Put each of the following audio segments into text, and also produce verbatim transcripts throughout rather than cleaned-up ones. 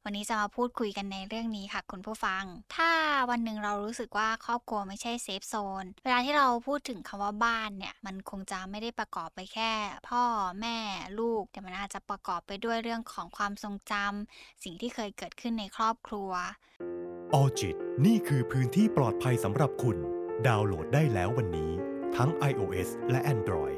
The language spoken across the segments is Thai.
วันนี้จะมาพูดคุยกันในเรื่องนี้ค่ะคุณผู้ฟัง ถ้าวันหนึ่งเรารู้สึกว่าครอบครัวไม่ใช่เซฟโซน เวลาที่เราพูดถึงคำว่าบ้านเนี่ย มันคงจะไม่ได้ประกอบไปแค่พ่อแม่ลูก แต่มันอาจจะประกอบไปด้วยเรื่องของความทรงจำสิ่งที่เคยเกิดขึ้นในครอบครัว Alljit นี่คือพื้นที่ปลอดภัยสำหรับคุณดาวน์โหลดได้แล้ววันนี้ทั้ง iOS และ Android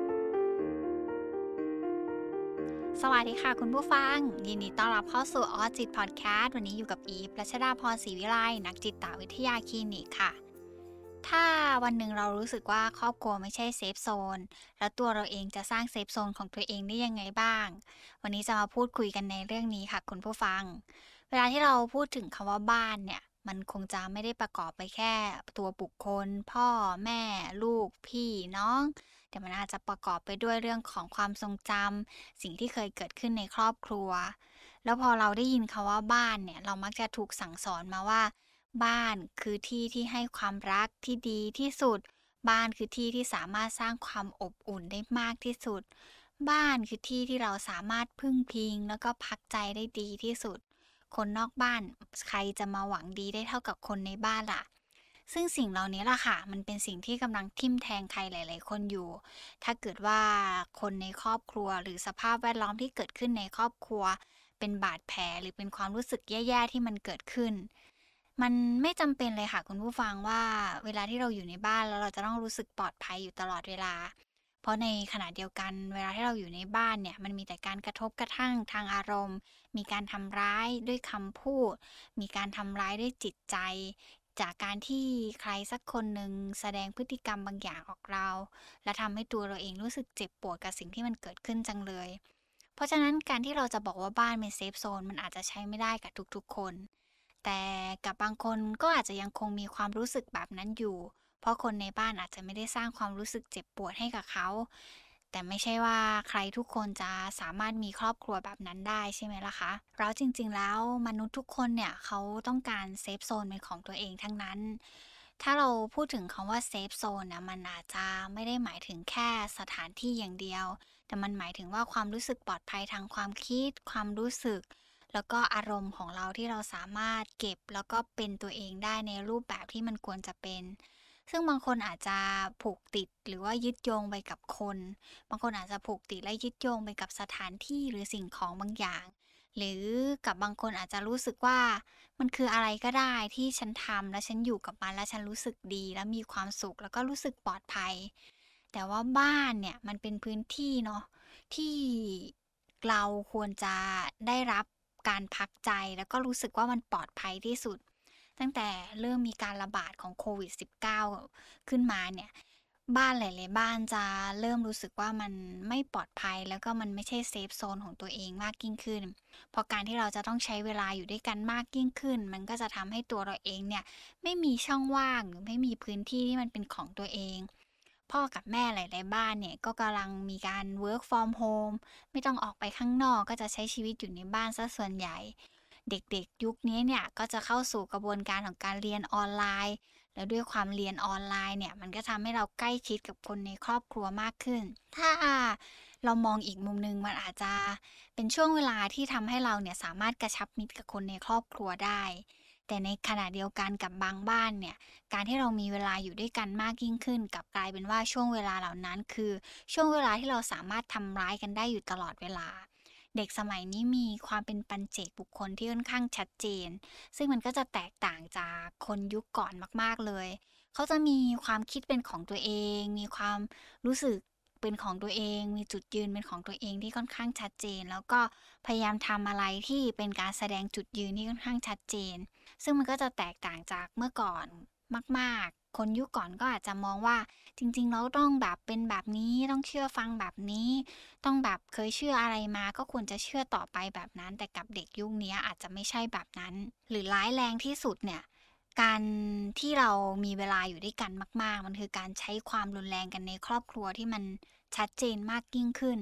สวัสดีค่ะคุณผู้ฟังยินดีต้อนรับเข้าสู่ออจิตพอดแคสต์วันนี้อยู่กับอีฟรัชดาพรศรีวิไลนักจิตวิทยาคลินิกค่ะถ้าวันหนึ่งเรารู้สึกว่าครอบครัวไม่ใช่เซฟโซนแล้วตัวเราเองจะสร้างเซฟโซนของตัวเองได้ยังไงบ้างวันนี้จะมาพูดคุยกันในเรื่องนี้ค่ะคุณผู้ฟังเวลาที่เราพูดถึงคำว่าบ้านเนี่ยมันคงจะไม่ได้ประกอบไปแค่ตัวบุคคลพ่อแม่ลูกพี่น้องแต่มันอาจจะประกอบไปด้วยเรื่องของความทรงจำสิ่งที่เคยเกิดขึ้นในครอบครัวแล้วพอเราได้ยินคำว่าบ้านเนี่ยเรามักจะถูกสั่งสอนมาว่าบ้านคือที่ที่ให้ความรักที่ดีที่สุดบ้านคือที่ที่สามารถสร้างความอบอุ่นได้มากที่สุดบ้านคือที่ที่เราสามารถพึ่งพิงแล้วก็พักใจได้ดีที่สุดคนนอกบ้านใครจะมาหวังดีได้เท่ากับคนในบ้านล่ะซึ่งสิ่งเหล่านี้ล่ะค่ะมันเป็นสิ่งที่กำลังทิ่มแทงใครหลายๆคนอยู่ ถ้าเกิดว่าคนในครอบครัวหรือสภาพแวดล้อมที่เกิดขึ้นในครอบครัวเป็นบาดแผลหรือเป็นความรู้สึกแย่ๆที่มันเกิดขึ้นมันไม่จำเป็นเลยค่ะคุณผู้ฟังว่าเวลาที่เราอยู่ในบ้านแล้วเราจะต้องรู้สึกปลอดภัยอยู่ตลอดเวลาเพราะในขณะเดียวกันเวลาที่เราอยู่ในบ้านเนี่ยมันมีแต่การกระทบกระทั่งทางอารมณ์มีการทำร้ายด้วยคำพูดมีการทำร้ายด้วยจิตใจจากการที่ใครสักคนหนึ่งแสดงพฤติกรรมบางอย่างออกเรา และทำให้ตัวเราเองรู้สึกเจ็บปวดกับสิ่งที่มันเกิดขึ้นจังเลย เพราะฉะนั้นการที่เราจะบอกว่าบ้านเป็นเซฟโซนมันอาจจะใช้ไม่ได้กับทุกๆคน แต่กับบางคนก็อาจจะยังคงมีความรู้สึกแบบนั้นอยู่ เพราะคนในบ้านอาจจะไม่ได้สร้างความรู้สึกเจ็บปวดให้กับเขา แต่ไม่ใช่ว่าใครทุกคนจะสามารถมีครอบครัวแบบนั้นได้ใช่ไหมล่ะคะแล้วจริงๆแล้วมนุษย์ทุกคนเนี่ยเขาต้องการเซฟโซนเป็นของตัวเองทั้งนั้น ถ้าเราพูดถึงคำว่าเซฟโซนนะมันอาจจะไม่ได้หมายถึงแค่สถานที่อย่างเดียว แต่มันหมายถึงว่าความรู้สึกปลอดภัยทางความคิดความรู้สึกแล้วก็อารมณ์ของเราที่เราสามารถเก็บแล้วก็เป็นตัวเองได้ในรูปแบบที่มันควรจะเป็นซึ่งบางคนอาจจะผูกติดหรือว่ายึดโยงไปกับคนบางคนอาจจะผูกติดและยึดโยงไปกับสถานที่หรือสิ่งของบางอย่างหรือกับบางคนอาจจะรู้สึกว่ามันคืออะไรก็ได้ที่ฉันทำและฉันอยู่กับมันและฉันรู้สึกดีและมีความสุขแล้วก็รู้สึกปลอดภัย แต่ว่าบ้านเนี่ยมันเป็นพื้นที่เนาะที่เราควรจะได้รับการพักใจแล้วก็รู้สึกว่ามันปลอดภัยที่สุดตั้งแต่เริ่มมีการระบาดของโควิด สิบเก้า ขึ้นมาเนี่ยบ้านหลายๆบ้านจะเริ่มรู้สึกว่ามันไม่ปลอดภัยแล้วก็มันไม่ใช่เซฟโซนของตัวเองมากยิ่งขึ้นเพราะการที่เราจะต้องใช้เวลาอยู่ด้วยกันมากยิ่งขึ้นมันก็จะทำให้ตัวเราเองเนี่ยไม่มีช่องว่างหรือไม่มีพื้นที่ที่มันเป็นของตัวเอง พ่อกับแม่หลายๆบ้านเนี่ยก็กำลังมีการ work from home ไม่ต้องออกไปข้างนอกก็จะใช้ชีวิตอยู่ในบ้านซะส่วนใหญ่เด็กๆยุคนี้เนี่ยก็จะเข้าสู่กระบวนการของการเรียนออนไลน์แล้วด้วยความเรียนออนไลน์เนี่ยมันก็ทำให้เราใกล้ชิดกับคนในครอบครัวมากขึ้นถ้าเรามองอีกมุมหนึ่งมันอาจจะเป็นช่วงเวลาที่ทำให้เราเนี่ยสามารถกระชับมิตรกับคนในครอบครัวได้แต่ในขณะเดียวกันกับบางบ้านเนี่ย การที่เรามีเวลาอยู่ด้วยกันมากยิ่งขึ้นกลับกลายเป็นว่าช่วงเวลาเหล่านั้นคือช่วงเวลาที่เราสามารถทำร้ายกันได้อยู่ตลอดเวลาเด็กสมัยนี้มีความเป็นปัจเจกบุคคลที่ค่อนข้างชัดเจนซึ่งมันก็จะแตกต่างจากคนยุคก่อนมากๆเลยเขาจะมีความคิดเป็นของตัวเองมีความรู้สึกเป็นของตัวเองมีจุดยืนเป็นของตัวเองที่ค่อนข้างชัดเจนแล้วก็พยายามทำอะไรที่เป็นการแสดงจุดยืนที่ค่อนข้างชัดเจนซึ่งมันก็จะแตกต่างจากเมื่อก่อน มากๆ คนยุคก่อนก็อาจจะมองว่าจริงๆแล้วต้องแบบเป็นแบบนี้ต้องเชื่อฟังแบบนี้ต้องแบบเคยเชื่ออะไรมาก็ควรจะเชื่อต่อไปแบบนั้นแต่กับเด็กยุคนี้อาจจะไม่ใช่แบบนั้นหรือร้ายแรงที่สุดเนี่ยการที่เรามีเวลาอยู่ด้วยกันมากๆมันคือการใช้ความรุนแรงกันในครอบครัวที่มันชัดเจนมากยิ่งขึ้น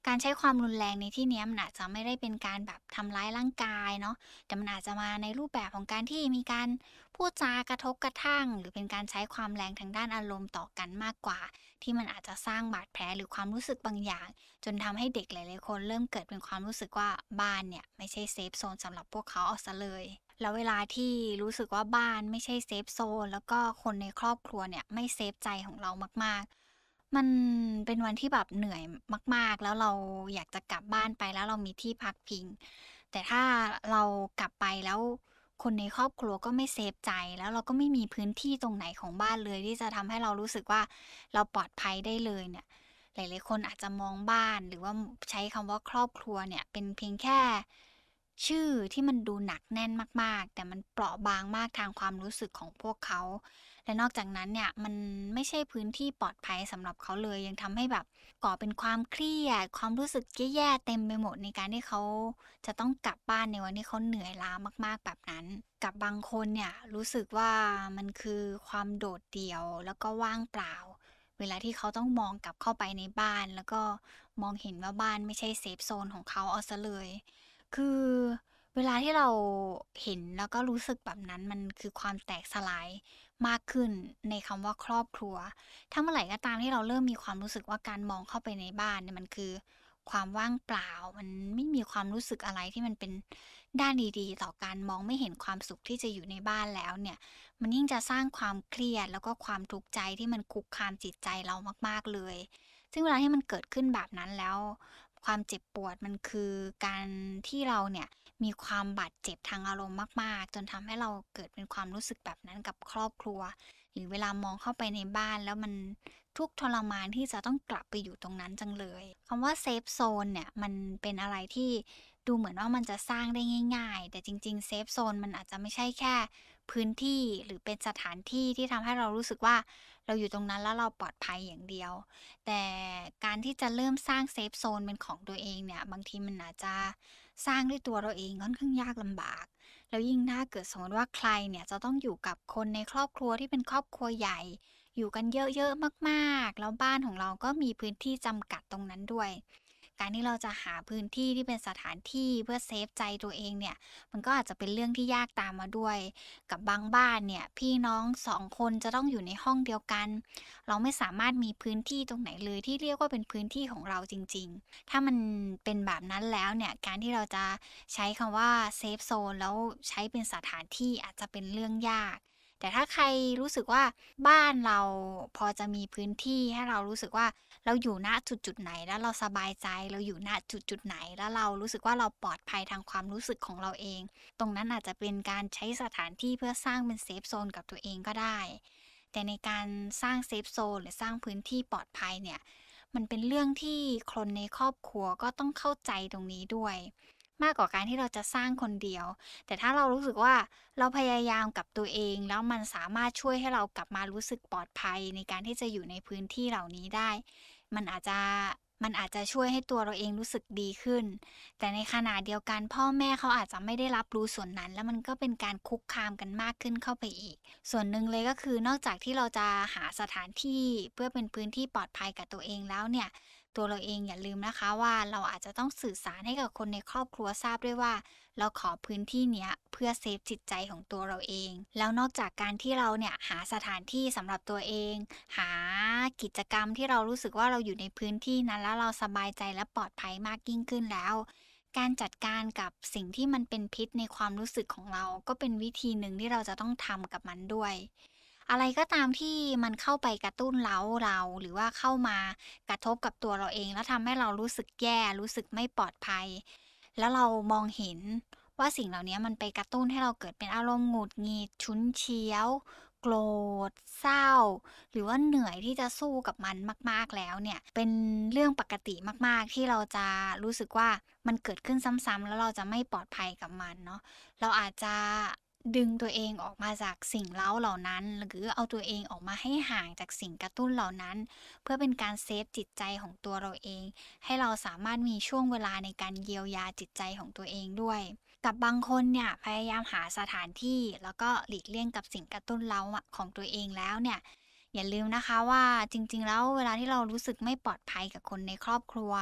การใช้ความรุนแรงในที่เนี้ยมันอาจจะไม่ได้เป็นการแบบทำร้ายร่างกายเนาะแต่มันอาจจะมาในรูปแบบของการที่มีการพูดจากระทบกระทั่งหรือเป็นการใช้ความแรงทางด้านอารมณ์ต่อกันมากกว่าที่มันอาจจะสร้างบาดแผลหรือความรู้สึกบางอย่างจนทำให้เด็กหลายๆคนเริ่มเกิดเป็นความรู้สึกว่าบ้านเนี่ยไม่ใช่เซฟโซนสำหรับพวกเขาเอาเสียเลยแล้วเวลาที่รู้สึกว่าบ้านไม่ใช่เซฟโซนแล้วก็คนในครอบครัวเนี่ยไม่เซฟใจของเรามากๆ มันเป็นวันที่แบบเหนื่อยมากๆ แล้วเราอยากจะกลับบ้านไปแล้วเรามีที่พักพิง แต่ถ้าเรากลับไปแล้วคนในครอบครัวก็ไม่เซฟใจแล้วเราก็ไม่มีพื้นที่ตรงไหนของบ้านเลยที่จะทำให้เรารู้สึกว่าเราปลอดภัยได้เลยเนี่ยหลายๆคนอาจจะมองบ้านหรือว่าใช้คำว่าครอบครัวเนี่ยเป็นเพียงแค่ชื่อที่มันดูหนักแน่นมากๆแต่มันเปราะบางมากทางความรู้สึกของพวกเขา และนอกจากนั้นเนี่ยมันไม่ใช่พื้นที่ปลอดภัยสำหรับเขาเลยยังทำให้แบบก่อเป็นความเครียดความรู้สึกแย่ๆเต็มไปหมดในการที่เขาจะต้องกลับบ้านในวันที่เขาเหนื่อยล้ามากๆแบบนั้นกับบางคนเนี่ยรู้สึกว่ามันคือความโดดเดี่ยวแล้วก็ว่างเปล่าเวลาที่เขาต้องมองกลับเข้าไปในบ้านแล้วก็มองเห็นว่าบ้านไม่ใช่เซฟโซนของเขาเอาเสียเลยคือเวลาที่เราเห็นแล้วก็รู้สึกแบบนั้นมันคือความแตกสลาย มากขึ้นในคำว่าครอบครัวถ้าเมื่อไหร่ก็ตามที่เราเริ่มมีความรู้สึกว่าการมองเข้าไปในบ้านเนี่ยมันคือความว่างเปล่ามันไม่มีความรู้สึกอะไรที่มันเป็นด้านดีๆต่อการมองไม่เห็นความสุขที่จะอยู่ในบ้านแล้วเนี่ยมันยิ่งจะสร้างความเครียดแล้วก็ความทุกข์ใจที่มันคุกคามจิตใจเรามากๆเลยซึ่งเวลาที่มันเกิดขึ้นแบบนั้นแล้วความเจ็บปวดมันคือการที่เราเนี่ย มีความบาดเจ็บทางอารมณ์มากๆจนทำให้เราเกิดเป็นความรู้สึกแบบนั้นกับครอบครัวหรือเวลามองเข้าไปในบ้านแล้วมันทุกข์ทรมานที่จะต้องกลับไปอยู่ตรงนั้นจังเลยคำว่าเซฟโซนเนี่ยมันเป็นอะไรที่ดูเหมือนว่ามันจะสร้างได้ง่ายๆแต่จริงๆเซฟโซนมันอาจจะไม่ใช่แค่พื้นที่หรือเป็นสถานที่ที่ทำให้เรารู้สึกว่าเราอยู่ตรงนั้นแล้วเราปลอดภัยอย่างเดียวแต่การที่จะเริ่มสร้างเซฟโซนเป็นของตัวเองเนี่ยบางทีมันอาจจะ สร้างด้วยตัวเราเองค่อนข้างยากลำบากแล้วยิ่งถ้าเกิดสมมติว่าใครเนี่ยจะต้องอยู่กับคนในครอบครัวที่เป็นครอบครัวใหญ่อยู่กันเยอะๆมากๆแล้วบ้านของเราก็มีพื้นที่จำกัดตรงนั้นด้วยการที่เราจะหาพื้นที่ที่เป็นสถานที่เพื่อเซฟใจตัวเองเนี่ยมันก็อาจจะเป็นเรื่องที่ยากตามมาด้วยกับบางบ้านเนี่ยพี่น้องสองคนจะต้องอยู่ในห้องเดียวกันเราไม่สามารถมีพื้นที่ตรงไหนเลยที่เรียกว่าเป็นพื้นที่ของเราจริงๆ ถ้ามันเป็นแบบนั้นแล้วเนี่ยการที่เราจะใช้คำว่าเซฟโซนแล้วใช้เป็นสถานที่อาจจะเป็นเรื่องยากแต่ถ้าใครรู้สึกว่าบ้านเราพอจะมีพื้นที่ให้เรารู้สึกว่าเราอยู่ณจุดจุดไหนแล้วเราสบายใจเราอยู่ณจุดจุดไหนแล้วเรารู้สึกว่าเราปลอดภัยทางความรู้สึกของเราเองตรงนั้นอาจจะเป็นการใช้สถานที่เพื่อสร้างเป็นเซฟโซนกับตัวเองก็ได้แต่ในการสร้างเซฟโซนหรือสร้างพื้นที่ปลอดภัยเนี่ย มันเป็นเรื่องที่คนในครอบครัวก็ต้องเข้าใจตรงนี้ด้วยมากกว่าการที่เราจะสร้างคนเดียวแต่ถ้าเรารู้สึกว่าเราพยายามกับตัวเองแล้วมันสามารถช่วยให้เรากลับมารู้สึกปลอดภัยในการที่จะอยู่ในพื้นที่เหล่านี้ได้มันอาจจะมันอาจจะช่วยให้ตัวเราเองรู้สึกดีขึ้นแต่ในขณะเดียวกันพ่อแม่เขาอาจจะไม่ได้รับรู้ส่วนนั้นแล้วมันก็เป็นการคุกคามกันมากขึ้นเข้าไปอีก ส่วนหนึ่งเลยก็คือนอกจากที่เราจะหาสถานที่เพื่อเป็นพื้นที่ปลอดภัยกับตัวเองแล้วเนี่ยตัวเราเองอย่าลืมนะคะว่าเราอาจจะต้องสื่อสารให้กับคนในครอบครัวทราบด้วยว่าเราขอพื้นที่เนี้ยเพื่อเซฟจิตใจของตัวเราเองแล้วนอกจากการที่เราเนี่ยหาสถานที่สำหรับตัวเองหากิจกรรมที่เรารู้สึกว่าเราอยู่ในพื้นที่นั้นแล้วเราสบายใจและปลอดภัยมากยิ่งขึ้นแล้ว การจัดการกับสิ่งที่มันเป็นพิษในความรู้สึกของเราก็เป็นวิธีหนึ่งที่เราจะต้องทำกับมันด้วย อะไรก็ตามที่มันเข้าไปกระตุ้นเร้าเราหรือว่าเข้ามากระทบกับตัวเราเองแล้วทำให้เรารู้สึกแย่รู้สึกไม่ปลอดภัยแล้วเรามองเห็นว่าสิ่งเหล่านี้มันไปกระตุ้นให้เราเกิดเป็นอารมณ์หงุดหงิดฉุนเฉียวโกรธเศร้าหรือว่าเหนื่อยที่จะสู้กับมันมากๆแล้วเนี่ยเป็นเรื่องปกติมากๆที่เราจะรู้สึกว่ามันเกิดขึ้นซ้ำๆแล้วเราจะไม่ปลอดภัยกับมันเนาะ เราอาจจะดึงตัวเองออกมาจากสิ่งเร้าเหล่านั้นหรือเอาตัวเองออกมาให้ห่างจากสิ่งกระตุ้นเหล่านั้นเพื่อเป็นการเซฟจิตใจของตัวเราเองให้เราสามารถมีช่วงเวลาในการเยียวยาจิตใจของตัวเองด้วยกับบางคนเนี่ยพยายามหาสถานที่แล้วก็หลีกเลี่ยงกับสิ่งกระตุ้นเร้าอะของตัวเองแล้วเนี่ยอย่าลืมนะคะว่าจริงๆแล้วเวลาที่เรารู้สึกไม่ปลอดภัยกับคนในครอบครัว มั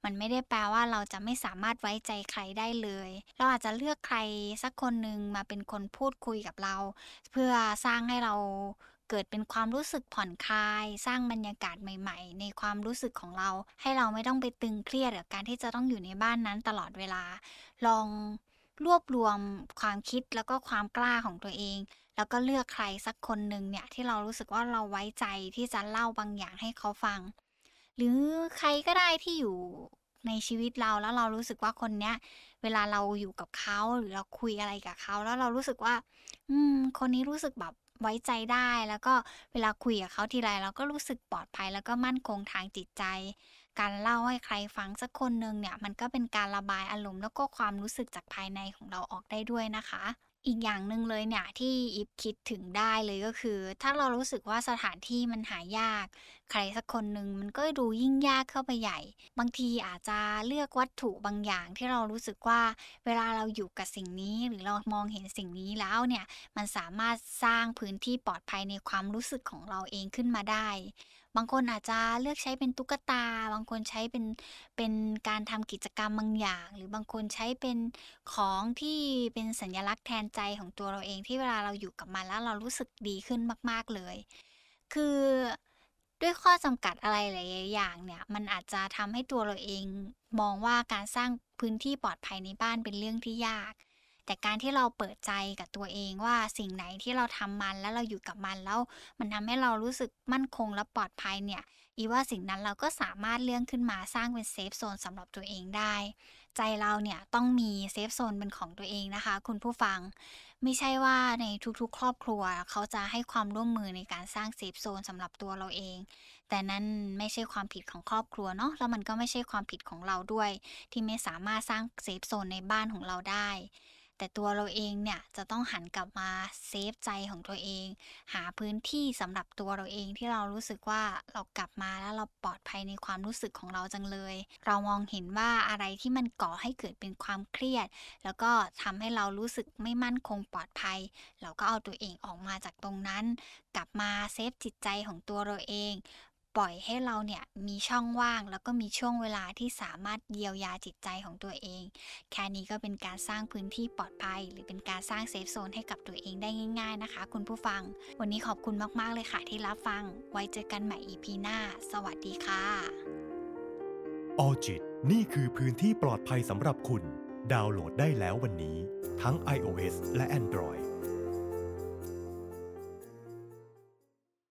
มันไม่ได้แปลว่าเราจะไม่สามารถไว้ใจใครได้เลยเราอาจจะเลือกใครสักคนหนึ่งมาเป็นคนพูดคุยกับเราเพื่อสร้างให้เราเกิดเป็นความรู้สึกผ่อนคลายสร้างบรรยากาศใหม่ๆในความรู้สึกของเราให้เราไม่ต้องไปตึงเครียดกับการที่จะต้องอยู่ในบ้านนั้นตลอดเวลาลองรวบรวมความคิดแล้วก็ความกล้าของตัวเองแล้วก็เลือกใครสักคนหนึ่งเนี่ยที่เรารู้สึกว่าเราไว้ใจที่จะเล่าบางอย่างให้เขาฟังหรือใครก็ได้ที่อยู่ในชีวิตเราแล้วเรารู้สึกว่าคนเนี้ยเวลาเราอยู่กับเขาหรือเราคุยอะไรกับเขาแล้วเรารู้สึกว่าอืมคนนี้รู้สึกแบบไว้ใจได้แล้วก็เวลาคุยกับเขาทีไรเราก็รู้สึกปลอดภัยแล้วก็มั่นคงทางจิตใจการเล่าให้ใครฟังสักคนหนึ่งเนี่ยมันก็เป็นการระบายอารมณ์แล้วก็ความรู้สึกจากภายในของเราออกได้ด้วยนะคะอีกอย่างหนึ่งเลยเนี่ยที่อีฟคิดถึงได้เลยก็คือถ้าเรารู้สึกว่าสถานที่มันหายากใครสักคนหนึ่งมันก็ดูยิ่งยากเข้าไปใหญ่บางทีอาจจะเลือกวัตถุบางอย่างที่เรารู้สึกว่าเวลาเราอยู่กับสิ่งนี้หรือเรามองเห็นสิ่งนี้แล้วเนี่ยมันสามารถสร้างพื้นที่ปลอดภัยในความรู้สึกของเราเองขึ้นมาได้บางคนอาจจะเลือกใช้เป็นตุ๊กตาบางคนใช้เป็นเป็นการทำกิจกรรมบางอย่างหรือบางคนใช้เป็นของที่เป็นสัญลักษณ์แทนใจของตัวเราเองที่เวลาเราอยู่กับมันแล้วเรารู้สึกดีขึ้นมากๆเลยคือด้วยข้อจำกัดอะไรหลายๆอย่างเนี่ยมันอาจจะทำให้ตัวเราเองมองว่าการสร้างพื้นที่ปลอดภัยในบ้านเป็นเรื่องที่ยากแต่การที่เราเปิดใจกับตัวเองว่าสิ่งไหนที่เราทำมันแล้วเราอยู่กับมันแล้วมันทำให้เรารู้สึกมั่นคงและปลอดภัยเนี่ยอีว่าสิ่งนั้นเราก็สามารถเลือกขึ้นมาสร้างเป็นเซฟโซนสำหรับตัวเองได้ใจเราเนี่ยต้องมีเซฟโซนเป็นของตัวเองนะคะคุณผู้ฟังไม่ใช่ว่าในทุกๆครอบครัวเขาจะให้ความร่วมมือในการสร้างเซฟโซนสำหรับตัวเราเองแต่นั่นไม่ใช่ความผิดของครอบครัวเนาะแล้วมันก็ไม่ใช่ความผิดของเราด้วยที่ไม่สามารถสร้างเซฟโซนในบ้านของเราได้แต่ตัวเราเองเนี่ยจะต้องหันกลับมาเซฟใจของตัวเองหาพื้นที่สำหรับตัวเราเองที่เรารู้สึกว่าเรากลับมาแล้วเราปลอดภัยในความรู้สึกของเราจังเลยเรามองเห็นว่าอะไรที่มันก่อให้เกิดเป็นความเครียดแล้วก็ทำให้เรารู้สึกไม่มั่นคงปลอดภัยเราก็เอาตัวเองออกมาจากตรงนั้นกลับมาเซฟจิตใจของตัวเราเองปล่อยให้เราเนี่ยมีช่องว่างแล้วก็มีช่วงเวลาที่สามารถเยียวยาจิตใจของตัวเองแค่นี้ก็เป็นการสร้างพื้นที่ปลอดภัยหรือเป็นการสร้างเซฟโซนให้กับตัวเองได้ง่ายๆนะคะคุณผู้ฟังวันนี้ขอบคุณมากๆเลยค่ะที่รับฟังไว้เจอกันใหม่ อี พี หน้าสวัสดีค่ะออจิตนี่คือพื้นที่ปลอดภัยสำหรับคุณดาวน์โหลดได้แล้ววันนี้ทั้ง iOS และ Android